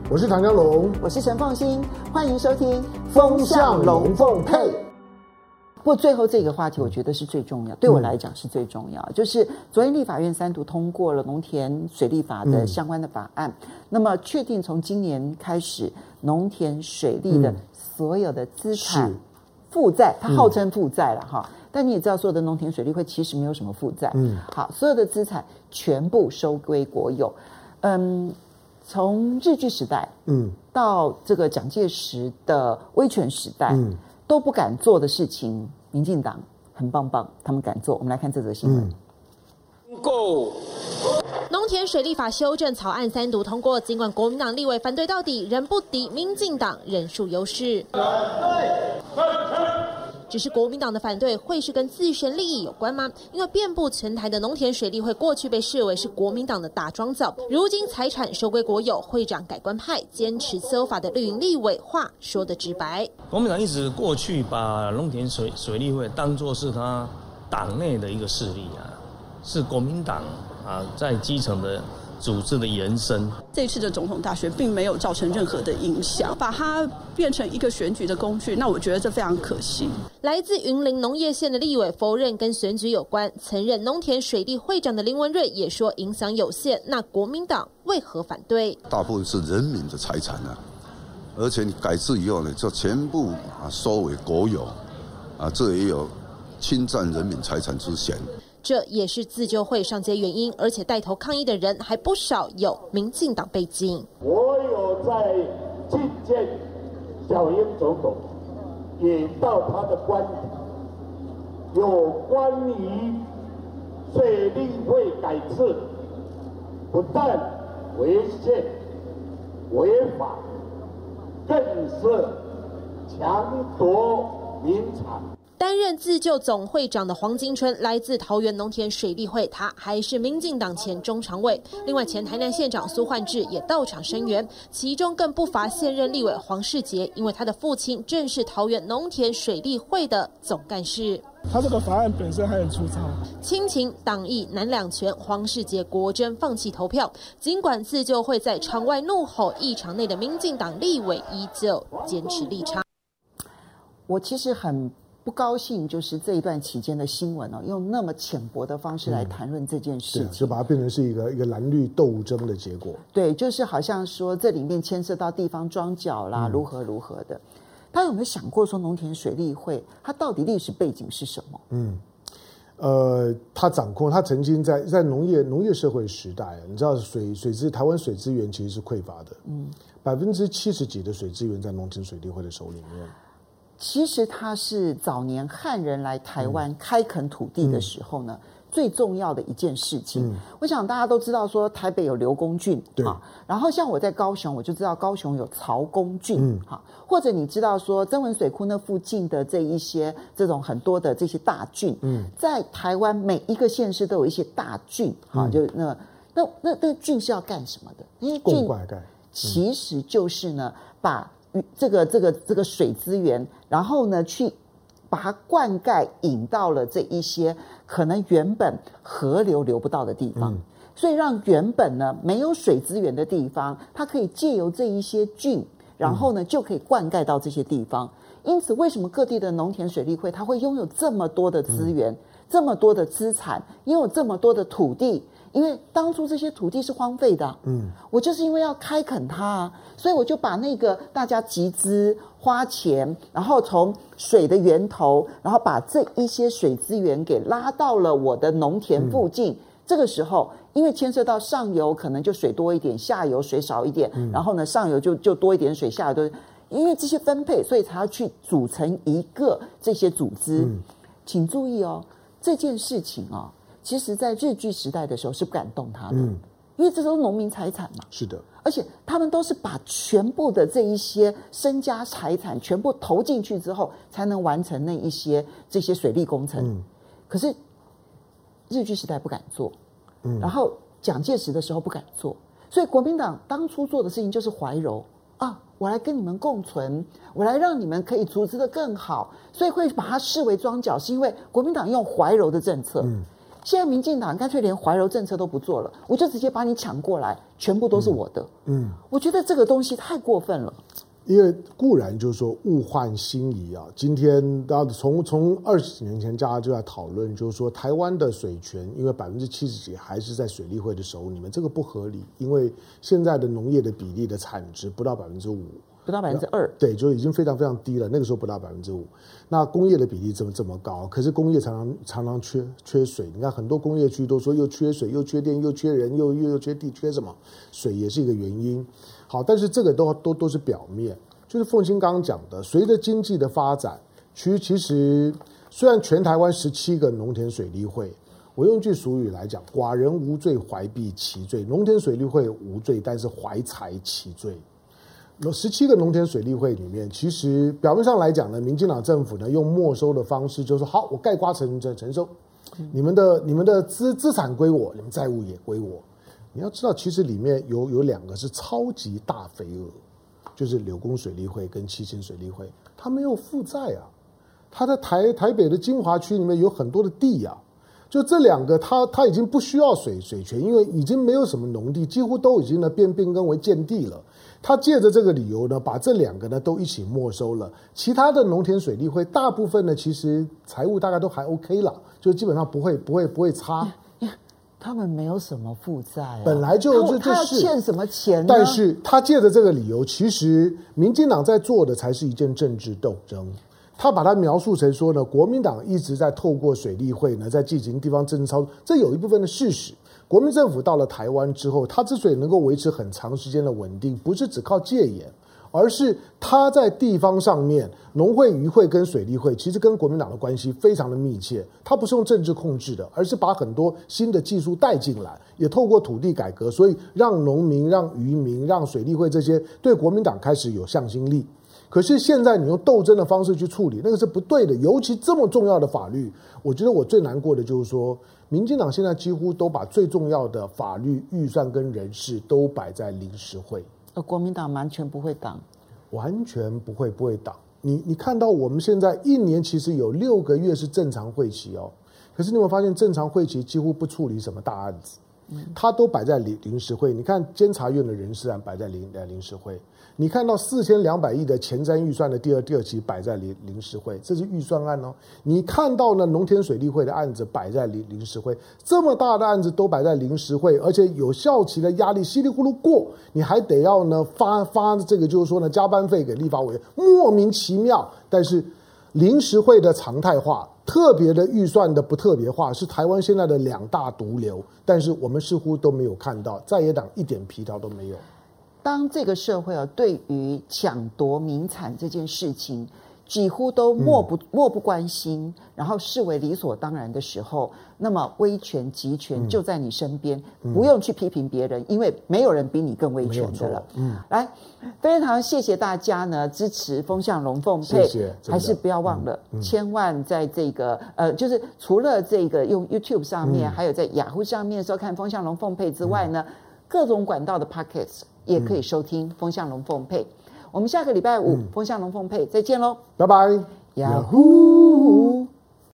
我是唐湘龙， 我是陈凤馨，欢迎收听风向龙凤配。不过最后这个话题，我觉得是最重要，对我来讲是最重要，就是昨天立法院3读通过了农田水利法的相关的法案，那么确定从今年开始，农田水利的所有的资产负债，它号称负债了哈，但你也知道，所有的农田水利会其实没有什么负债，好，所有的资产全部收归国有，从日据时代，到这个蒋介石的威权时代，都不敢做的事情，民进党很棒棒，他们敢做。我们来看这则新闻。 够。 农田水利法修正草案3读通过，尽管国民党立委反对到底，仍不敌民进党人数优势。只是国民党的反对会是跟自身利益有关吗？因为遍布全台的农田水利会过去被视为是国民党的大庄脚，如今财产收归国有，会长改观派坚持修法的绿营立委话说得直白。 国民党一直过去把农田水利会当作是他党内的一个势力啊，是国民党在基层的组织的延伸。 这次的总统大选并没有造成任何的影响，把它变成一个选举的工具，那我觉得这非常可惜。 来自云林农业县的立委否认跟选举有关，曾任农田水利会长的林文瑞也说影响有限。那国民党为何反对？ 大部分是人民的财产啊，而且你改制以后呢，就全部收为国有这也有侵占人民财产之嫌。 这也是自救会上街原因，而且带头抗议的人还不少有民进党背景。 我有在觐见小英总统，也到他的观点，有关于水利会改制，不但违宪违法，更是强夺民产。 担任自救总会长的黄金春来自桃园农田水利会，他还是民进党前中常委。另外，前台南县长苏焕智也到场声援，其中更不乏现任立委黄世杰，因为他的父亲正是桃园农田水利会的总干事。 他这个法案本身还很粗糙， 亲情、党意难两全，黄世杰果真放弃投票。尽管自救会在场外怒吼，议场内的民进党立委依旧坚持立场。 我其实很不高兴，就是这一段期间的新闻用那么浅薄的方式来谈论这件事情， 就把它变成是一个蓝绿斗争的结果。对， 就是好像说这里面牵涉到地方庄脚啦，如何如何的。他有没有想过说农田水利会它到底历史背景是什么？ 他掌控，他曾经在农业社会时代，你知道台湾水资源其实是匮乏的，70%几的水资源在农田水利会的手里面。 其实它是早年汉人来台湾开垦土地的时候呢，最重要的一件事情。我想大家都知道说台北有刘公郡，然后像我在高雄，我就知道高雄有曹公郡，或者你知道说曾文水库那附近的这一些这种很多的这些大郡，在台湾每一个县市都有一些大郡，就是那郡是要干什么的？因为郡其实就是呢把这个水资源，然后呢去把它灌溉引到了这一些可能原本河流流不到的地方，所以让原本呢没有水资源的地方，它可以借由这一些郡，然后呢就可以灌溉到这些地方。因此为什么各地的农田水利会它会拥有这么多的资源，这么多的资产，拥有这么多的土地？因为当初这些土地是荒废的，我就是因为要开垦它所以我就把那个大家集资花钱，然后从水的源头，然后把这一些水资源给拉到了我的农田附近。这个时候，因为牵涉到上游可能就水多一点，下游水少一点，然后呢上游就多一点水，下游多，因为这些分配，所以才要去组成一个这些组织。请注意这件事情其实在日据时代的时候是不敢动它的，因为这都是农民财产嘛。是的，而且他们都是把全部的这一些身家财产全部投进去之后，才能完成那一些这些水利工程。可是日据时代不敢做，然后蒋介石的时候不敢做，所以国民党当初做的事情就是怀柔我来跟你们共存，我来让你们可以组织得更好，所以会把它视为庄脚，是因为国民党用怀柔的政策。 现在民进党干脆连怀柔政策都不做了，我就直接把你抢过来，全部都是我的。我觉得这个东西太过分了。 因为固然就是说物换星移啊，今天大家从20几年前大家就在讨论，就是说台湾的水权，因为70%几还是在水利会的手里面，这个不合理，因为现在的农业的比例的产值不到5%。 不到2%， 对，就已经非常非常低了。那个时候不到5%，那工业的比例这么高，可是工业常常缺水。你看很多工业区都说又缺水，又缺电，又缺人，又缺地，缺什么？水也是一个原因。好，但是这个都是表面。就是凤馨刚刚讲的，随着经济的发展，其实虽然全台湾17个农田水利会，我用句俗语来讲，寡人无罪，怀璧其罪。农田水利会无罪，但是怀才其罪。17个农田水利会里面，其实表面上来讲呢，民进党政府呢用没收的方式，就是好，我概括承收，你们的资产归我，你们债务也归我。你要知道，其实里面有2个是超级大肥鹅，就是柳工水利会跟七星水利会，它没有负债啊，它在台北的精华区里面有很多的地啊。就这2个，它已经不需要水权，因为已经没有什么农地，几乎都已经呢变更为建地了。他借着这个理由呢，把这2个呢都一起没收了。其他的农田水利会大部分呢，其实财务大概都还 OK 了，就基本上不会差。 他们没有什么负债啊， 本来就他要欠什么钱呢？ 但是他借着这个理由，其实民进党在做的才是一件政治斗争。他把它描述成说呢，国民党一直在透过水利会呢，在进行地方政治操作，这有一部分的事实。国民政府到了台湾之后，他之所以能够维持很长时间的稳定，不是只靠戒严，而是他在地方上面，农会、渔会跟水利会其实跟国民党的关系非常的密切。他不是用政治控制的，而是把很多新的技术带进来，也透过土地改革，所以让农民、让渔民、让水利会这些对国民党开始有向心力。可是现在你用斗争的方式去处理，那个是不对的。尤其这么重要的法律，我觉得我最难过的就是说，民进党现在几乎都把最重要的法律预算跟人事都摆在临时会， 而国民党完全不会挡， 完全不会挡。你看到我们现在1年其实有6个月是正常会期哦，可是你有没有发现正常会期几乎不处理什么大案子？它都摆在临时会。你看监察院的人事案摆在临时会，你看到4200亿的前瞻预算的第二期摆在临时会，这是预算案哦。你看到呢农田水利会的案子摆在临时会，这么大的案子都摆在临时会，而且有效期的压力稀里糊涂过，你还得要呢发这个就是说呢加班费给立法委员，莫名其妙。但是临时会的常态化，特别的预算的不特别化，是台湾现在的2大毒瘤，但是我们似乎都没有看到，在野党一点皮条都没有。 当这个社会对于抢夺民产这件事情几乎都漠不关心，然后视为理所当然的时候，那么威权集权就在你身边，不用去批评别人，因为没有人比你更威权的了。来，非常谢谢大家呢支持风向龙凤配， 谢谢， 还是不要忘了，千万在这个就是除了这个用 YouTube 上面，还有在雅虎上面收看风向龙凤配之外呢，各种管道的 Podcast 也可以收听风向龙凤配。我们下个礼拜5风向龙凤配再见喽， 拜拜， 雅虎。